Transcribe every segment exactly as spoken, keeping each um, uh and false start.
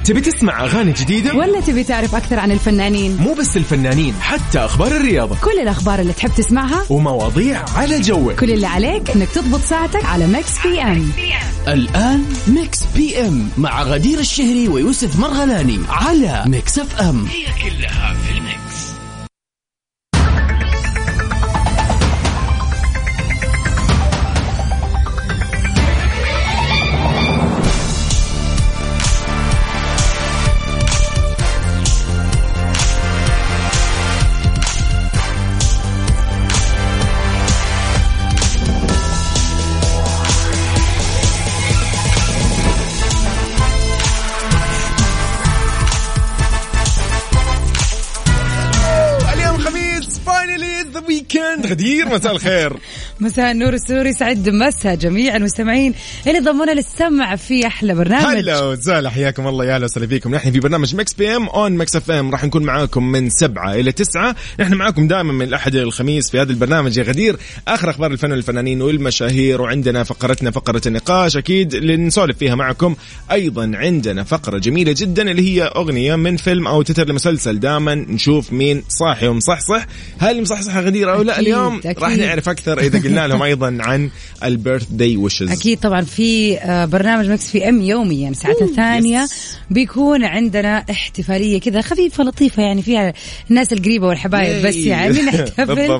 تبي تسمع أغاني جديدة ولا تبي تعرف أكثر عن الفنانين؟ مو بس الفنانين، حتى أخبار الرياضة، كل الأخبار اللي تحب تسمعها ومواضيع على جوك. كل اللي عليك إنك تضبط ساعتك على ميكس بي ام. الآن ميكس بي ام مع غدير الشهري ويوسف مرغلاني على ميكس اف ام. هي كلها في الميكس. غدير مساء الخير. مساء النور السوري، سعد مساء جميع المستمعين اللي ضمونا للسمع في احلى برنامج. هلا وسهلا، حياكم الله، يا اهلا وسهلا فيكم. نحن في برنامج ميكس بي ام اون ميكس اف ام، راح نكون معاكم من سبعة الى تسعة. نحن معاكم دائما من الاحد الى الخميس في هذا البرنامج يا غدير، اخر اخبار الفن والفنانين والمشاهير، وعندنا فقرتنا فقرة النقاش اكيد اللي نسولف فيها معكم. ايضا عندنا فقرة جميلة جدا اللي هي اغنية من فيلم او تتر لمسلسل، دائما نشوف مين صاحي ومصحصح، هل مصحصح غدير او لا. اليوم راح نعرف اكثر اذا قلنا لهم ايضا عن البيرث داي ويشز. اكيد طبعا في برنامج ميكس في ام يوميا الساعه الثانيه بيكون عندنا احتفاليه كذا خفيفه لطيفه، يعني فيها الناس القريبه والحبايب بس، يعني نحتفل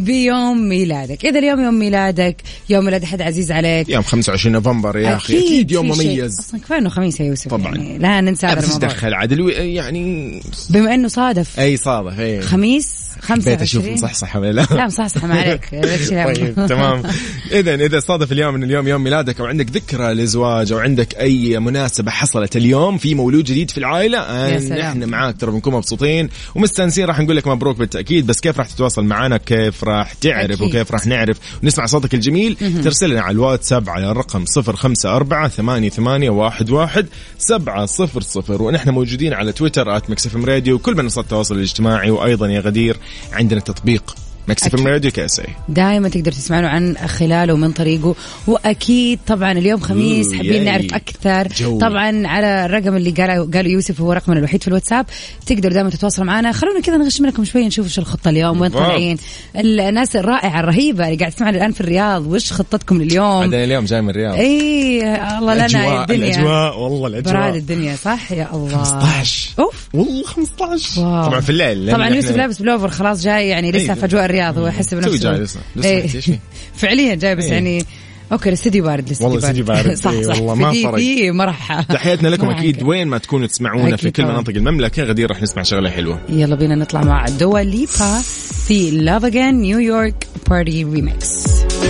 بيوم ميلادك. اذا اليوم يوم ميلادك، يوم ميلاد احد عزيز عليك، يوم خمسة وعشرين نوفمبر يا اخي، اكيد, أكيد يوم مميز. اصلا كفايه انه خميس يا يوسف طبعا، يعني لا ننسى هذا الموضوع. دخل عدل يعني بما انه صادف اي صادف اي خميس خمسة وعشرين. اشوف مصحصح ولا لا؟ لا مصحصح ما عليك. طيب تمام. اذا اذا صادف اليوم ان اليوم يوم ميلادك، او عندك ذكرى لزواج، او عندك اي مناسبه حصلت اليوم، في مولود جديد في العائله، نحن معاك ترى بنكون مبسوطين ومستانسين. راح نقول لك مبروك بالتاكيد، بس كيف راح تتواصل معنا، كيف راح تعرف أكيد. وكيف راح نعرف ونسمع صوتك الجميل؟ ترسل لنا على الواتساب على الرقم صفر خمسة أربعة ثمانية ثمانية واحد واحد سبعة صفر صفر، ونحن موجودين على تويتر آت ميكس اف ام راديو وكل منصات التواصل الاجتماعي. وايضا يا غدير عندنا تطبيق ميكس اف ام راديو كاسي، دائما تقدر تسمعونه عن خلاله ومن طريقه. واكيد طبعا اليوم خميس حابين نعرف اكثر جو. طبعا على الرقم اللي قاله قاله يوسف، هو رقمنا الوحيد في الواتساب، تقدر دائما تتواصل معنا. خلونا كذا نغش منكم شويه، نشوف ايش الخطه اليوم، وين طالعين الناس الرائعه الرهيبه اللي قاعد تسمعنا الان في الرياض، وش خطتكم لليوم؟ عندنا اليوم جاي من الرياض. اي الله لنا الدنيا الاجواء، والله الاجواء براد الدنيا صح يا الله. خمسة عشر اوف والله خمسة عشر واو. طبعا في الليل طبعا يوسف لابس بلوفر خلاص جاي، يعني لسه في اجواء الرياض، هو يحس بنفسه جاي لسه لسه فعليا جاي، بس يعني اوكي الاستديو بارد لسه، والله الاستديو بارد صح صح والله ما فرق في مرحله. تحياتنا لكم اكيد وين ما تكونوا تسمعونا في كل مناطق المملكه. غدير راح نسمع شغله حلوه، يلا بينا نطلع مع دوا ليبا في لاف اجين نيويورك بارتي ريميكس.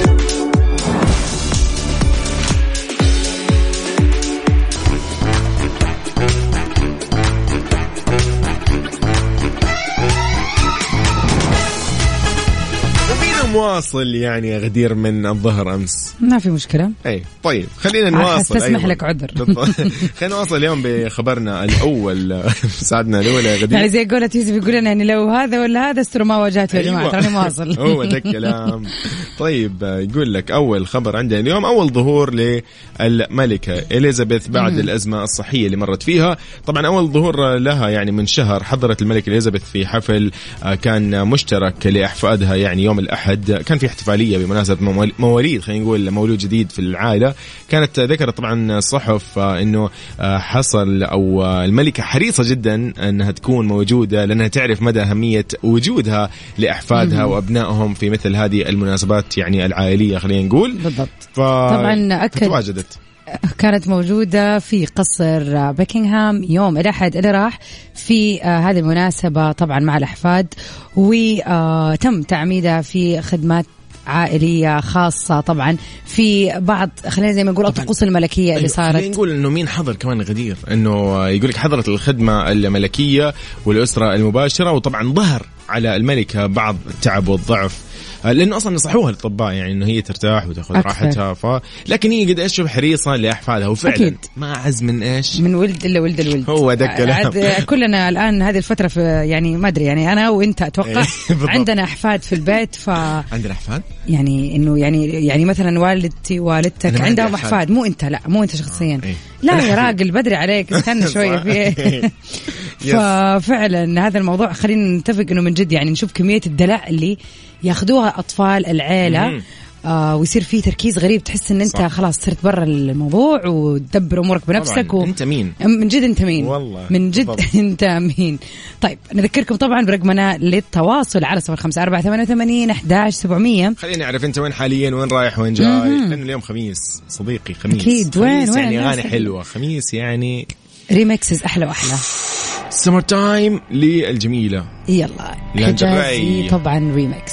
مواصل يعني يا غدير من الظهر أمس، ما في مشكلة. أي طيب خلينا نواصل. تسمح لك عذر. خلينا نواصل اليوم بخبرنا الأول. ساعدنا الأول يا غدير، يعني زي قولة يوسف يقول لنا يعني لو هذا ولا هذا استروا ما واجهته يا جماعة. تراني مواصل. هو ده الكلام. طيب يقول لك أول خبر عندنا اليوم، أول ظهور للملكة إليزابيث بعد مم. الأزمة الصحية اللي مرت فيها. طبعا أول ظهور لها يعني من شهر، حضرت الملكة إليزابيث في حفل كان مشترك لأحفادها يعني يوم الأحد، كان في احتفالية بمناسبة مواليد، خلينا نقول مولود جديد في العائلة. كانت ذكرت طبعا الصحف انه حصل او الملكة حريصة جدا انها تكون موجودة، لانها تعرف مدى اهمية وجودها لاحفادها وابنائهم في مثل هذه المناسبات يعني العائلية، خلينا نقول. بالضبط. طبعا أكد تواجدت، كانت موجودة في قصر بيكنغهام يوم الأحد اللي راح في هذه المناسبة طبعا مع الأحفاد، وتم تعميدها في خدمات عائلية خاصة طبعا في بعض، خلينا زي ما نقول الطقوس الملكية اللي صارت. خلينا نقول إنه مين حضر كمان غدير، إنه يقولك حضرت الخدمة الملكية والأسرة المباشرة، وطبعا ظهر على الملكة بعض التعب والضعف لأنه أصلا نصحوها الأطباء يعني إنه هي ترتاح وتأخذ راحتها، ف لكن هي قد إيش شوف حريصة لأحفادها وفعلا أكيد. ما عز من إيش من ولد إلا ولد الولد هو ده الكلام. كلنا الآن هذه الفترة في يعني ما أدري يعني أنا وأنت أتوقع عندنا أحفاد في البيت، ف عندنا أحفاد يعني إنه يعني يعني مثلا والدتي والدتك عندهم أحفاد، مو أنت لا مو أنت شخصيا. آه. لا يا راجل بدري عليك استنى شوية فيه. ففعلا هذا الموضوع خلينا نتفق إنه من جد يعني نشوف كمية الدلع اللي ياخدوها أطفال العيلة، آه ويصير فيه تركيز غريب، تحس ان انت صح. خلاص صرت برا الموضوع وتدبر امورك بنفسك و... انت مين من جد انت مين والله من جد بالضبط. انت مين. طيب نذكركم طبعا برقمنا للتواصل على صفر خمسة أربعة ثمانية وثمانين أحد عشر سبعمية. خليني نعرف انت وين حاليا، وين رايح وين جاي، لانه اليوم خميس صديقي. خميس اكيد وين وين يعني اغاني حلوه خميس يعني ريمكسز احلى واحلى سمر تايم للجميله. يلا حجازي طبعا ريمكس.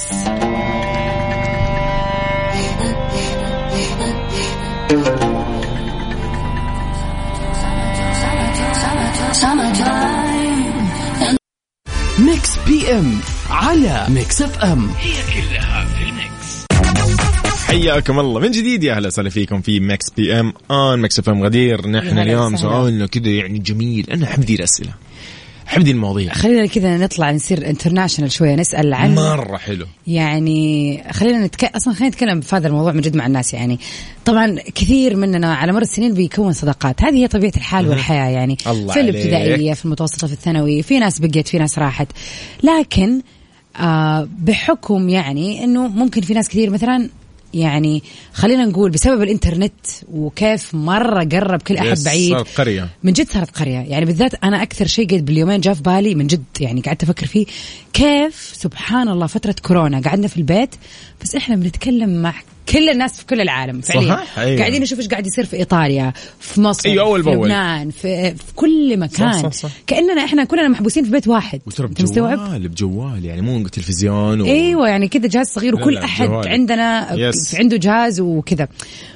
ميكس بي ام على ميكس اف ام، هي كلها في الميكس. حياكم الله من جديد، يا اهلا وسهلا فيكم في ميكس بي ام اون ميكس اف ام. غدير نحن اليوم سؤالنا كذا يعني جميل، انا احب دي الاسئله، احب دي المواضيع. خلينا كذا نطلع نصير انترناشونال شويه، نسال عن مره حلو يعني. خلينا نتك... اصلا خلينا نتكلم في هذا الموضوع من جد مع الناس. يعني طبعا كثير مننا على مر السنين بيكون صداقات، هذه هي طبيعه الحال والحياه يعني. في الابتدائيه في المتوسطه في الثانوي، في ناس بقيت في ناس راحت، لكن آه بحكم يعني انه ممكن في ناس كثير مثلا يعني خلينا نقول بسبب الانترنت وكيف مرة قرب كل أحد بعيد، صارت قرية من جد صارت قرية يعني. بالذات أنا أكثر شيء قد باليومين جاء في بالي من جد يعني، قعدت أفكر فيه كيف سبحان الله فترة كورونا قعدنا في البيت بس إحنا بنتكلم مع كل الناس في كل العالم فعليا. أيوة. قاعدين نشوف إيش قاعد يصير في إيطاليا، في مصر، أيوة في لبنان، في, في كل مكان. صح صح صح. كأننا إحنا كلنا محبوسين في بيت واحد، بجوال بجوال يعني مو تلفزيون و... أيوة يعني كده جهاز صغير وكل لا لا أحد جوال. عندنا يس. عنده جهاز وكذا.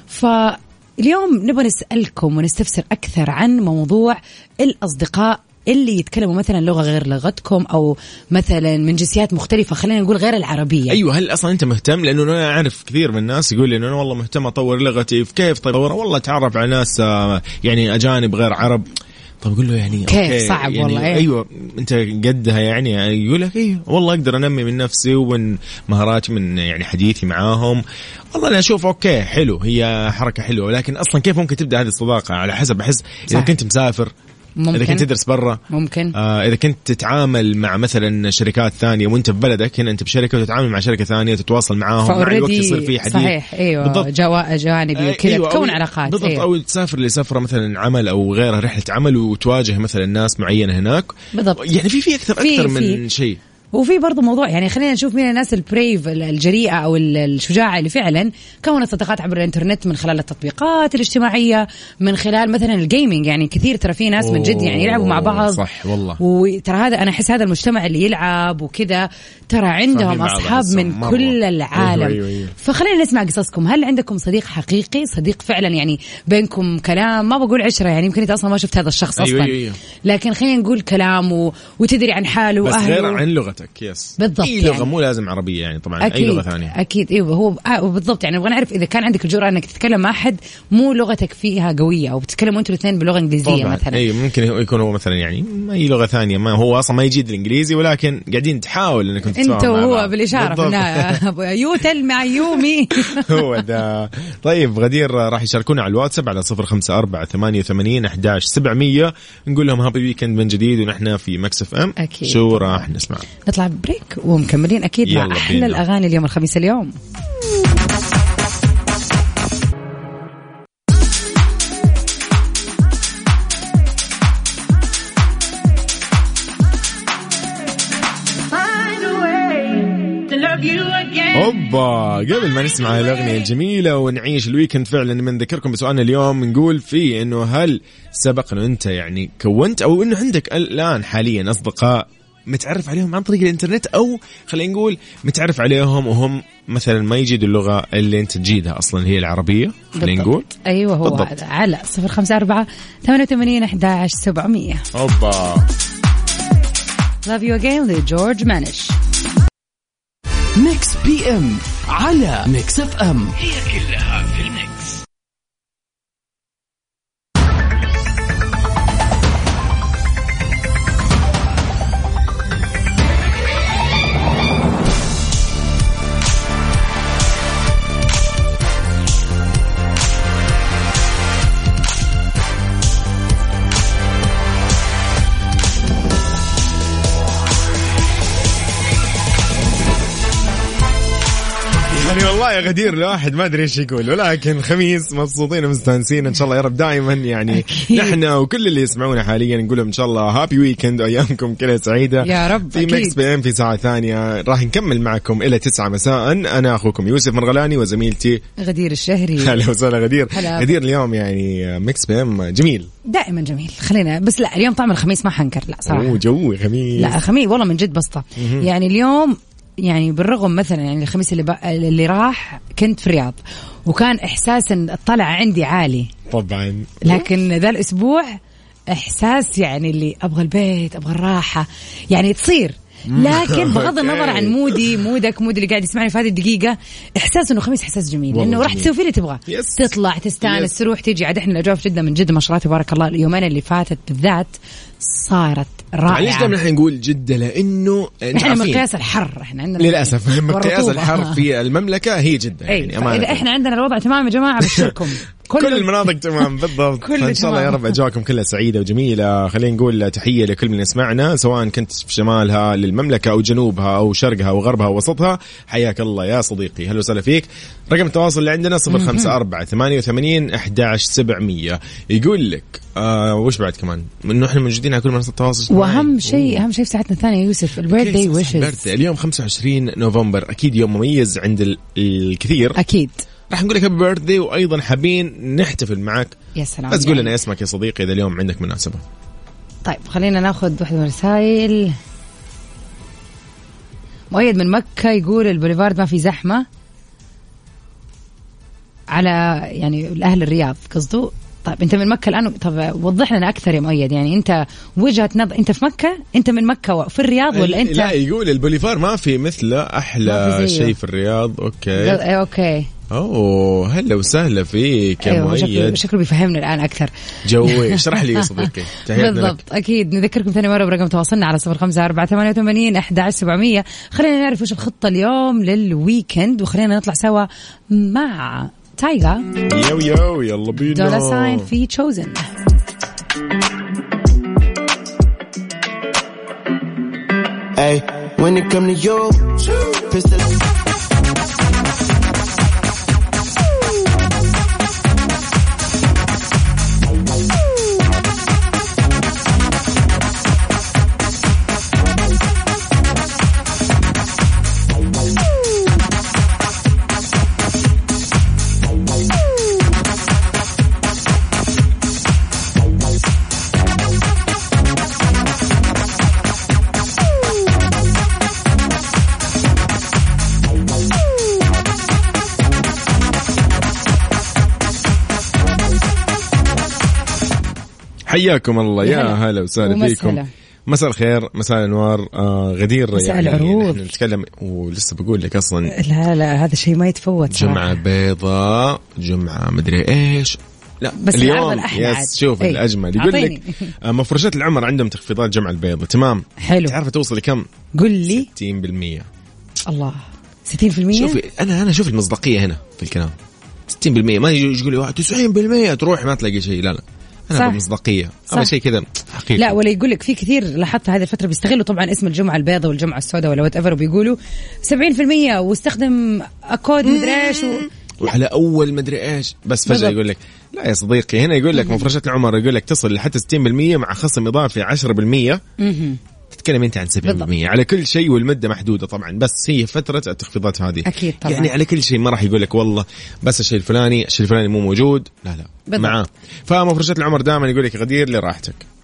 فاليوم نبغى نسألكم ونستفسر أكثر عن موضوع الأصدقاء اللي يتكلموا مثلا لغة غير لغتكم أو مثلا من جنسيات مختلفة، خلينا نقول غير العربية. أيوة هل أصلا أنت مهتم؟ لأنه أنا أعرف كثير من الناس يقول لي إنه أنا والله مهتم أطور لغتي. كيف طور؟ والله تعرف على ناس يعني أجانب غير عرب. طب أقول له يعني كيف أوكي صعب يعني والله. أيه. أيوة أنت قدها يعني, يعني يقول لك أيوة والله أقدر أنمي من نفسي ومن مهاراتي من يعني حديثي معاهم. والله أنا أشوف أوكي حلو، هي حركة حلوة، ولكن أصلا كيف ممكن تبدأ هذه الصداقة؟ على حسب أحس إذا كنت مسافر ممكن. إذا كنت تدرس برا ممكن. آه إذا كنت تتعامل مع مثلا شركات ثانية وأنت في بلدك هنا، أنت بشركة وتتعامل مع شركة ثانية تتواصل معاهم مع الوقت يصير في حديث. صحيح أيوة جواء جانبي وكذا. أيوة تكون علاقات بالضبط. أيوة. أو تسافر لسفرة مثلا عمل أو غيرها رحلة عمل وتواجه مثلا ناس معينة هناك بالضبط. يعني في في أكثر في أكثر في. من شيء. وفي برضو موضوع يعني خلينا نشوف مين الناس البريف الجريئة أو الشجاعة اللي فعلا كونت صداقات عبر الانترنت من خلال التطبيقات الاجتماعية، من خلال مثلا الجيمينج. يعني كثير ترى في ناس من جد يعني يلعبوا مع بعض. صح والله. وترى هذا أنا أحس هذا المجتمع اللي يلعب وكذا ترى عندهم أصحاب من مرة. كل العالم. أيوة أيوة. فخلينا نسمع قصصكم. هل عندكم صديق حقيقي، صديق فعلا يعني بينكم كلام، ما بقول عشرة يعني يمكن أنت أصلا ما شفت هذا الشخص أصلا. أيوة أيوة. لكن خلينا نقول كلام و... وتدري عن حاله بس وأهله غير عن لغتك. يس بالضبط. أي لغة يعني. مو لازم عربية يعني طبعا أكيد. أي لغة ثانية أكيد أيوة هو آه بالضبط. يعني نبغى نعرف إذا كان عندك الجرأة إنك تتكلم مع أحد مو لغتك فيها قوية أو بتتكلموا أنتوا الاثنين بلغة إنجليزية طبعاً. مثلا أيوة ممكن يكون هو مثلا يعني أي لغة ثانية، ما هو أصلا ما يجيد الإنجليزي ولكن قاعدين تحاول إنكم تتفاهموا أنت وهو بالإشارة يوتل مع يومي هو ده. طيب غدير راح يشاركونا على الواتساب على صفر خمسة أربعة ثمانية وثمانين أحد عشر سبعمية، نقول لهم هابي ويكند من جديد ونحن في مكس اف ام. شو راح نسمع؟ نطلع بريك ومكملين أكيد مع أحلى بينا. الأغاني اليوم الخميس اليوم. اوبا قبل ما نسمع الأغنية الجميلة ونعيش الويكند فعلا بنذكركم بسؤالنا اليوم، نقول فيه انه هل سبق انه انت يعني كونت او انه عندك الان حاليا اصدقاء متعرف عليهم عن طريق الانترنت، او خلينا نقول متعرف عليهم وهم مثلا ما يجيدوا اللغة اللي انت تجيدها اصلا هي العربية. خلينا نقول ايوه هو بالضبط. على صفر خمسة أربعة ثمانية وثمانين أحد عشر سبعمية. اوبا Love You Again لجورج مانش. ميكس بي ام على ميكس اف ام، هي كلها في الميكس. يعني والله يا غدير الواحد ما أدري إيش يقول، ولكن خميس مبسوطين ومستانسين إن شاء الله يا رب دائما. يعني نحن وكل اللي يسمعونا حاليا نقول لهم إن شاء الله هابي ويكند وأيامكم كلها سعيدة يا رب. في ميكس بي ام في ساعة ثانية راح نكمل معكم إلى تسعة مساء. أنا أخوكم يوسف مرغلاني وزميلتي غدير الشهري. هلا وسهلا غدير. غدير اليوم يعني ميكس بي ام جميل، دائما جميل. خلينا بس لا اليوم طعم الخميس ما حنكر، لا صراحة أوه جوي خميس، لا خميس والله من جد بسطة. يعني اليوم يعني بالرغم مثلا يعني الخميس اللي, اللي راح كنت في الرياض وكان إحساس الطلع عندي عالي طبعا، لكن ذا الأسبوع إحساس يعني اللي أبغى البيت أبغى الراحة يعني تصير. لكن بغض النظر عن مودي مودك مود اللي قاعد يسمعني في هذه الدقيقة، إحساس إنه خميس إحساس جميل لأنه راح تسوي فيه اللي تبغى، تطلع تستانس تروح تيجي. عاد إحنا الأجواء في جدة من جد ما شاء الله تبارك الله اليومين اللي فاتت بالذات صارت رائعة. ليش دائما نحن نقول جدة؟ لأنه إحنا مقياس الحر، إحنا عندنا للأسف مقياس الحر في المملكة هي جدة. يعني إذا إحنا عندنا الوضع تمام يا جماعة بشكركم كل المناطق تمام بالضبط. فإن شاء الله يا رب أجواءكم كلها سعيدة وجميلة. خلينا نقول تحية لكل من يسمعنا سواء كنت في شمالها للمملكة أو جنوبها أو شرقها أو غربها أو وسطها، حياك الله يا صديقي، هلا وسهلا فيك. رقم التواصل اللي عندنا صفر خمسة أربعة ثمانية وثمانين أحد عشر سبعمية. يقول لك آه وش بعد كمان إنه إحنا موجودين على كل منصات التواصل. وأهم شيء أهم شيء في ساعتنا الثانية يوسف البيرثدي ويشز. اليوم خمسة وعشرين نوفمبر، أكيد يوم مميز عند الكثير أكيد. راح نقول لك هابي بيرثدي وأيضا حابين نحتفل معك. يا سلام. بس قول لنا اسمك يا صديقي إذا اليوم عندك مناسبة. طيب خلينا ناخذ واحدة من الرسائل. مؤيد من مكة يقول البوليفارد ما في زحمة على يعني أهل الرياض قصده. طيب أنت من مكة الآن، طب وضح لنا أكثر يا مؤيد، يعني أنت وجهة نظر أنت في مكة، أنت من مكة في الرياض ولا أنت؟ لا يقول البوليفار ما في مثله، أحلى شيء في الرياض. أوكي أوكي أوه هلا وسهلا فيك يا أيوة مؤيد. شكله, شكله بيفهمنا الآن أكثر. جوي اشرح لي يا صديقي. بالضبط لك. أكيد نذكركم ثاني مرة برقم تواصلنا على صفر خمسة أربعة ثمانية وثمانين أحد عشر سبعمية. خلينا نعرف وش الخطة اليوم للويكند وخلينا نطلع سوا مع تايغا. يو يو يلا بينا. دولا ساين في تشوزن. Hey, when it come to you, pistol. حياكم الله يا هلا وسهلا فيكم. مساء الخير مساء الانوار. آه غدير مساء يعني العروض. نحن نتكلم ولسه بقول لك اصلا لا لا هذا شيء ما يتفوت صراحة. جمعة بيضاء جمعة مدري ايش. لا بس اليوم يس شوف ايه. الأجمل يقول لك مفروشات العمر عندهم تخفيضات جمعة البيضاء تمام. حلو. تعرف توصل لكم؟ قل لي. ستين بالمية. الله ستين بالمية. شوفي أنا أنا شوف المصداقية هنا في الكلام. ستين بالمية ما يجي يقول لي تسعين بالمية تروح ما تلاقي شيء. لا لا أنا بمصداقية أما شيء كذا حقيقي. لا ولا يقول لك في كثير لاحظت هذه الفترة بيستغلوا طبعا اسم الجمعة البيضاء والجمعة السوداء ولا وات ايفر وبيقولوا سبعين بالمية واستخدم أكود مدري إيش و... وعلى أول مدري إيش بس فجأة يقول لك لا يا صديقي هنا يقول لك مفروشات العمر يقول لك تصل لحتى ستين بالمية مع خصم إضافي عشرة بالمية. تتكلم أنت عن سبعين بالمية على كل شيء والمدة محدودة طبعا بس هي فترة التخفيضات هذه أكيد طبعا. يعني على كل شيء ما راح يقول لك والله بس الشيء الفلاني الشيء الفلاني مو موجود لا لا بالضبط. معاه. فمفروشات العمر دائما يقول لك غدير لراحتك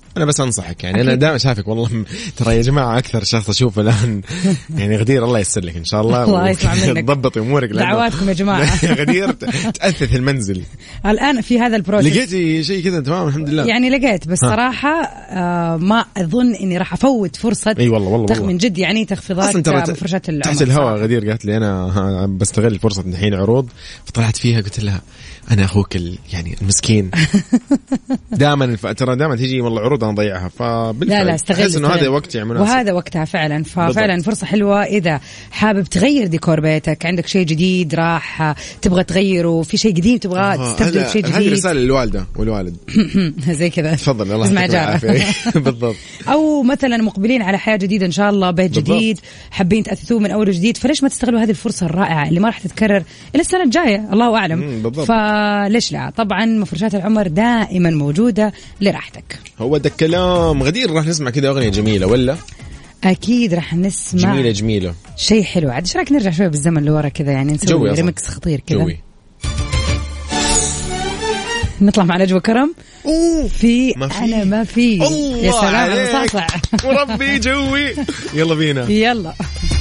انا بس انصحك يعني أكيد. انا دائما شايفك والله ترى يا جماعه اكثر شخص اشوفه الان يعني غدير الله يسر لك ان شاء الله الله يسمع منك تضبطي امورك دعواتكم يا جماعه غدير تاثث المنزل الان في هذا البروسيس. لقيتي شيء كذا تمام الحمد لله يعني لقيت بس ها. صراحه آه ما اظن اني راح افوت فرصه اي والله والله تخ من جد يعني تخفيضات مفرشات العمر تحت الهواء. غدير قالت لي انا بستغل فرصه الحين عروض فطلعت فيها قلت لها انا اخوك يعني المسكين دائما ترى دائما تيجي والله عروض انا ضيعها فبالفعل لا لا استغل انه هذا وقت يعني مناسب وهذا وقتها فعلا ففعلا بالضبط. فرصه حلوه اذا حابب تغير ديكور بيتك عندك شيء جديد راح تبغى تغيره في شيء قديم تبغى آه تستبدل شيء جديد. هذه رساله للوالده والوالد زي كذا تفضل الله يعافيك بالضبط. او مثلا مقبلين على حياه جديده ان شاء الله بيت بالضبط. جديد حابين تاثثوه من اول وجديد فليش ما تستغلوا هذه الفرصه الرائعه اللي ما راح تتكرر الا السنه الجايه الله اعلم فليش لا. طبعا مفرشات العمر دائما موجوده لراحتك. هو ده الكلام. غدير راح نسمع كذا اغنيه جميله ولا اكيد راح نسمع جميله جميله شيء حلو عاد. ايش رايك نرجع شويه بالزمن لورا كذا يعني نسوي ريمكس خطير كذا نطلع مع نجوى كرم في ما في. انا ما في يا سلام مصاصع وربي جوي يلا بينا يلا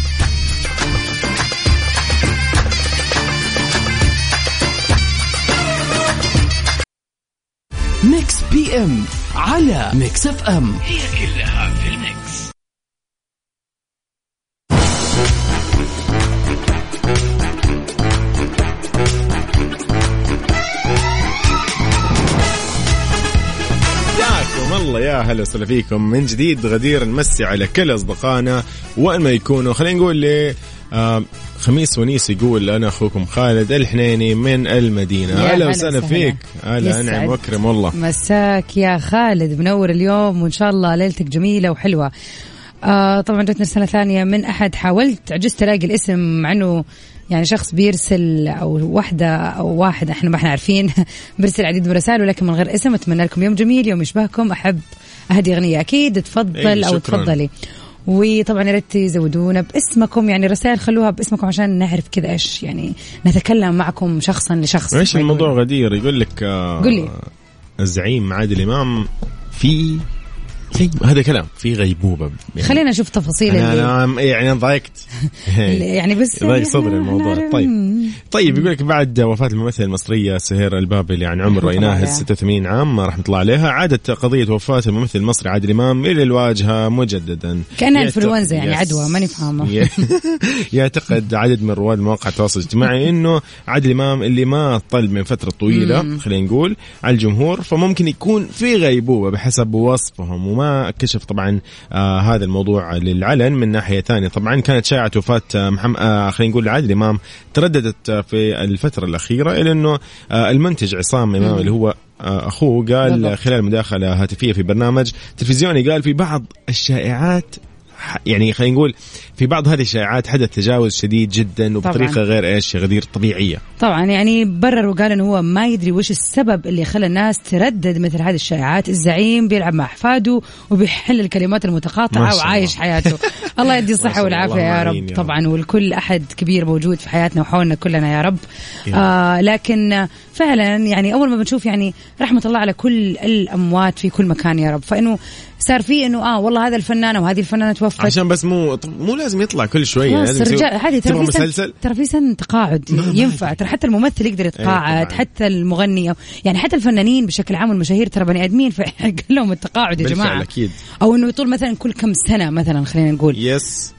ميكس بي ام على ميكس اف ام هي كلها في الميكس. الله يا هلا وسهلا فيكم من جديد. غدير نمسي على كل أصدقائنا وين ما يكونوا. خلينا نقول لي آه خميس ونيس يقول أنا أخوكم خالد الحنيني من المدينة. هلا وسهلا فيك. هلا أنعم وأكرم والله. مساك يا خالد منور اليوم وإن شاء الله ليلتك جميلة وحلوة. آه طبعا جتنا رسالة ثانية من أحد حاولت عجزت ألاقي الاسم مع أنه يعني شخص بيرسل أو واحدة أو واحد إحنا ما إحنا عارفين بيرسل عديد من الرسائل ولكن من غير اسم. أتمنى لكم يوم جميل يوم يشبهكم. أحب أهدي أغنية أكيد تفضل أو تفضلي. وطبعا يا ريت تزودونا باسمكم يعني رسائل خلوها باسمكم عشان نعرف كذا إيش يعني نتكلم معكم شخصا لشخص. إيش الموضوع غدير؟ يقول لك آه قل لي الزعيم عادل إمام في هذا كلام في غيبوبة يعني. خلينا نشوف تفاصيل أنا اللي يعني ضايقت يعني بس ضايق صدر الموضوع. طيب طيب يقول لك بعد وفاة الممثلة المصرية سهير البابلي عن عمر يناهز ستة وثمانين عام رحمة الله عليها عادت قضية وفاة الممثل المصري عادل إمام إلى الواجهة مجددا كأنها انفلونزا يعني عدوى ماني فاهمة. يعتقد عدد من رواد مواقع التواصل الاجتماعي إنه عادل إمام اللي ما طلب من فترة طويلة خلينا نقول على الجمهور فممكن يكون في غيبوبة بحسب وصفهم. وما كشف طبعا آه هذا الموضوع للعلن. من ناحية ثانية طبعا كانت شائعة وفاة محمد آه خلينا نقول عادل إمام ترددت في الفترة الأخيرة إلى أنه آه المنتج عصام إمام اللي هو آه أخوه قال بالضبط. خلال مداخلة هاتفية في برنامج تلفزيوني قال في بعض الشائعات يعني خلينا نقول في بعض هذه الشائعات حدث تجاوز شديد جدا وبطريقة طبعاً. غير إيش غدير طبيعية. طبعا يعني برر وقال إنه هو ما يدري وش السبب اللي خلى الناس تردد مثل هذه الشائعات. الزعيم بيلعب مع أحفاده وبيحل الكلمات المتقاطعة وعايش حياته. الله يدي الصحة والعافية يا رب طبعا والكل أحد كبير موجود في حياتنا وحولنا كلنا يا رب. آه لكن فعلا يعني أول ما بنشوف يعني رحمة الله على كل الأموات في كل مكان يا رب. فإنه صار فيه إنه آه والله هذا الفنانة وهذه الفنانة توفت عشان بس مو مو لازم يطلع كل شوية لازم هذه ترى في سن ترى في سن تقاعد ينفع. ترى حتى الممثل يقدر يتقاعد حتى المغني يعني حتى الفنانين بشكل عام والمشاهير ترى بني آدمين فقال لهم التقاعد يا جماعة أكيد. أو إنه يطول مثلا كل كم سنة مثلا خلينا نقول يس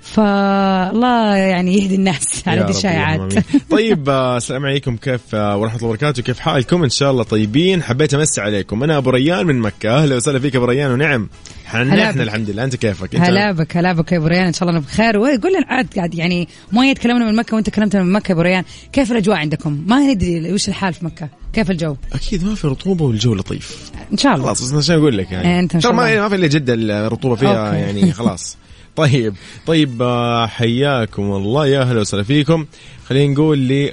فالله يعني يهدي الناس على هذه الشائعات. طيب السلام عليكم كيف ورحمة الله وبركاته كيف حالكم إن شاء الله طيبين. حبيت أمسي عليكم أنا أبو ريان من مكة. أهلا وسهلا فيك أبو ريان. ونعم احنا الحمد لله. انت كيفك؟ انت هلا بك هلا بك يا ابو ريان ان شاء الله بخير. ويقول لنا عاد قاعد يعني ما يتكلمنا من مكه وانت كلمتنا من مكه يا ابو ريان. كيف الاجواء عندكم؟ ما ندري وش الحال في مكه. كيف الجو؟ اكيد ما في رطوبه والجو لطيف ان شاء الله. خلاص عشان اقول لك يعني انت ما ما في الا جده الرطوبه فيها أوكي. يعني خلاص. طيب طيب حياكم الله يا هلا وسهلا فيكم. خلينا نقول لي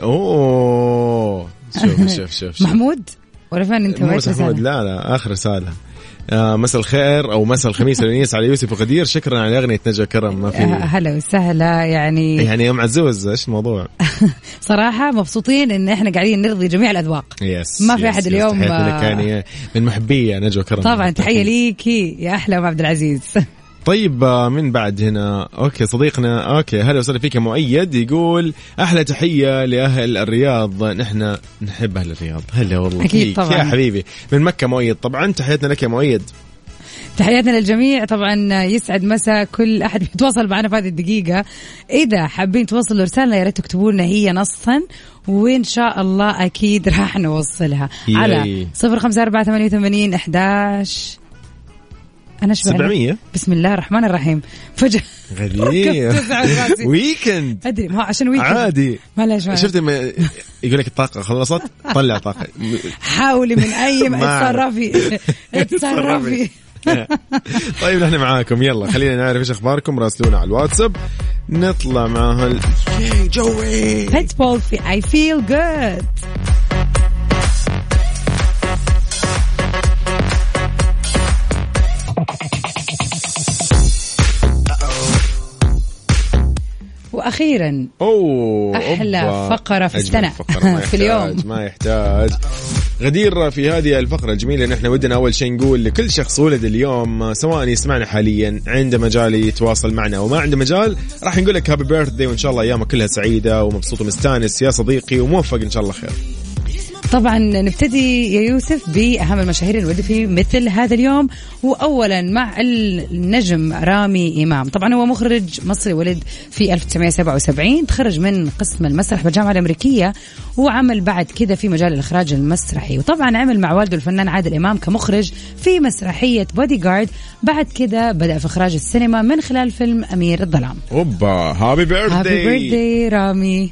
اوه شوف شوف شوف محمود ولا فين انت؟ محمود لا لا اخر رساله آه مساء الخير او مساء الخميس الونيس على يوسف وغدير، شكرا على اغنيه نجوى كرم. ما في هلا وسهلا يعني يعني يوم عزوز ايش الموضوع؟ صراحه مبسوطين ان احنا قاعدين نرضي جميع الاذواق. يس ما في احد اليوم كان من محبي نجوى كرم. طبعا تحيه ليكي يا احلى ام عبد العزيز. طيب من بعد هنا اوكي صديقنا اوكي هلا وسهلا فيك مؤيد، يقول احلى تحيه لاهل الرياض، نحن نحب اهل الرياض. هلا والله اكيد طبعا يا حبيبي من مكه مؤيد. طبعا تحياتنا لك يا مؤيد. تحياتنا للجميع. طبعا يسعد مساء كل احد بيتواصل معنا في هذه الدقيقه. اذا حابين توصلوا رسالة يا ريت تكتبوا لنا هي نصا وإن شاء الله أكيد راح نوصلها ياي. على صفر خمسة أربعة ثمانية وثمانين إحداش أنا سبعمية. بسم الله الرحمن الرحيم. فجأة غريب ويكند أدري ما عشان ويكند عادي. معلش شفت يقول لك الطاقة خلصت طلع طاقة. حاولي من أي ما تصرفي تصرفي. طيب نحن معاكم، يلا خلينا نعرف ايش اخباركم. راسلونا على الواتساب نطلع مع هال جوي بيتبول في I feel good. واخيرا اوه احلى أوبا. فقره في السنه في اليوم ما يحتاج غدير في هذه الفقرة الجميلة. نحن ودنا أول شيء نقول لكل شخص ولد اليوم سواء يسمعنا حاليا عنده مجال يتواصل معنا وما عنده مجال، راح نقول لك هابي بيرثدي وإن شاء الله أيامك كلها سعيدة ومبسوط ومستانس يا صديقي وموفق إن شاء الله خير. طبعا نبتدي يا يوسف بأهم المشاهير اللي ولدوا في مثل هذا اليوم. وأولا مع النجم رامي إمام. طبعا هو مخرج مصري ولد في ألف وتسعمائة وسبعة وسبعين، تخرج من قسم المسرح بالجامعة الأمريكية وعمل بعد كده في مجال الإخراج المسرحي. وطبعا عمل مع والده الفنان عادل إمام كمخرج في مسرحية بودي جارد. بعد كده بدأ في إخراج السينما من خلال فيلم أمير الظلام. أوبا هابي بيرثدي هابي بيرثدي رامي.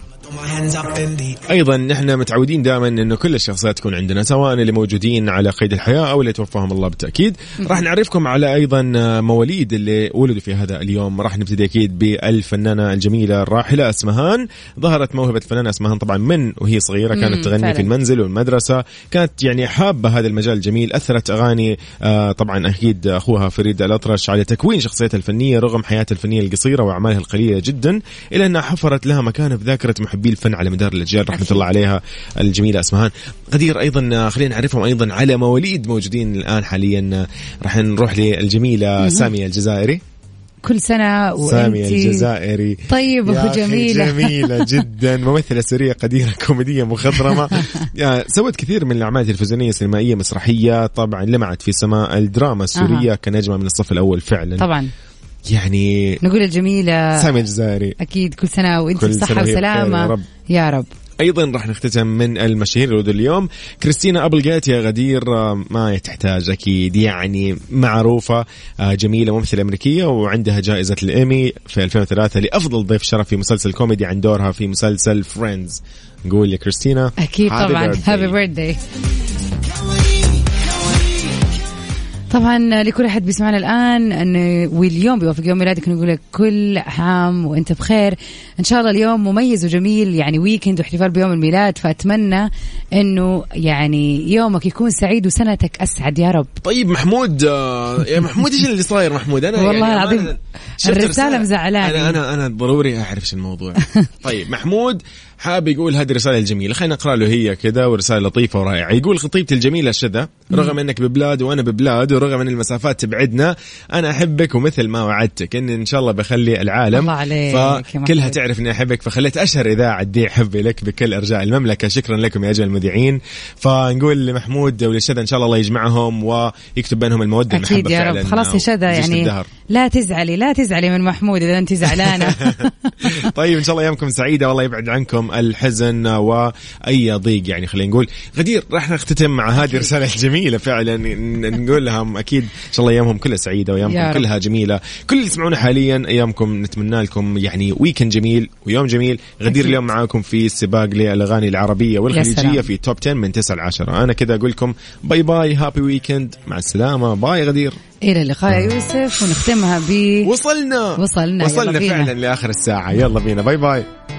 أيضا نحن متعودين دائما أنه كل الشخصيات تكون عندنا سواء اللي موجودين على قيد الحياة أو اللي توفاهم الله بالتأكيد. راح نعرفكم على أيضا مواليد اللي ولدوا في هذا اليوم. راح نبتدي أكيد بالفنانة الجميلة الراحلة أسمهان. ظهرت موهبة الفنانة أسمهان طبعا من وهي صغيرة، كانت تغني فعلا في المنزل والمدرسة، كانت يعني حابة هذا المجال الجميل. أثرت أغاني آه طبعا أكيد أخوها فريد الأطرش على تكوين شخصيتها الفنية رغم حياتها الفنية القصيرة وأعمالها القليلة جدا، إلى أنها حفرت لها مكانة في ذاكرة محبي الفن على مدار الأجيال. رحمة الله عليها الجميلة أسمهان. غدير أيضا خلينا نعرفهم أيضا على مواليد موجودين الآن حاليا. راح نروح للجميلة سامية الجزائري. كل سنة وأنتي سامية الجزائري طيبة وجميلة جميلة جدا، ممثلة سورية قديرة كوميدية مخضرمة. سوت كثير من الأعمال التلفزيونية سينمائية مسرحية. طبعا لمعت في سماء الدراما السورية أه. كنجمة من الصف الأول فعلا. طبعا يعني نقول الجميلة سامية الجزائري أكيد كل سنة وأنت بصحة وسلامة يا رب. يا رب. أيضا راح نختتم من المشاهير اللي اليوم كريستينا أبلغيت يا غدير. ما تحتاج أكيد يعني معروفة جميلة ممثلة أمريكية وعندها جائزة الإيمي في ألفين وثلاثة لأفضل ضيف شرف في مسلسل كوميدي عن دورها في مسلسل فريندز. نقول يا كريستينا أكيد طبعا هابي بيرثدي. طبعا لكل أحد بيسمعنا الآن أنه واليوم بيوافق يوم ميلادك نقول لك كل عام وأنت بخير. إن شاء الله اليوم مميز وجميل يعني ويكند واحتفال بيوم الميلاد، فأتمنى أنه يعني يومك يكون سعيد وسنتك أسعد يا رب. طيب محمود يا محمود إيش اللي صاير محمود؟ أنا والله يعني العظيم الرسالة مزعلاني. أنا أنا أنا ضروري أعرف إيش الموضوع. طيب محمود حاب يقول هذه الرسالة الجميلة، خلينا نقرأ له هي كذا ورسالة لطيفة ورائعة. يقول خطيبتي الجميلة شذا، رغم أنك ببلاد وأنا ببلاد ورغم أن المسافات تبعدنا أنا أحبك ومثل ما وعدتك إن إن شاء الله بخلي العالم فكلها تعرف إني أحبك، فخليت أشهر إذاعة دي حبي لك بكل أرجاء المملكة. شكرا لكم يا أجل المذيعين. فنقول لمحمود وللشذا إن شاء الله الله يجمعهم ويكتب بينهم المودة المحبة يا رب. خلاص يا شذا يعني لا تزعلي لا تزعلي من محمود إذا أنت زعلانة. طيب إن شاء الله أيامكم سعيدة والله يبعد عنكم الحزن وأي ضيق. يعني خلينا نقول غدير راح نختتم مع هذه الرسالة الجميلة فعلا، نقول لهم أكيد إن شاء الله أيامهم كلها سعيدة وأيامكم كلها جميلة. كل اللي يسمعونا حاليا أيامكم نتمنى لكم يعني ويكند جميل ويوم جميل. غدير أكيد. اليوم معاكم في سباق للأغاني العربية والخليجية في توب عشرة من تسعة لعشرة. أنا كده أقول لكم باي باي هابي ويكند مع السلامة. باي غدير. إلى اللقاء يا يوسف ونختمها ب وصلنا وصلنا وصلنا فعلا لآخر الساعة. يلا بينا باي باي.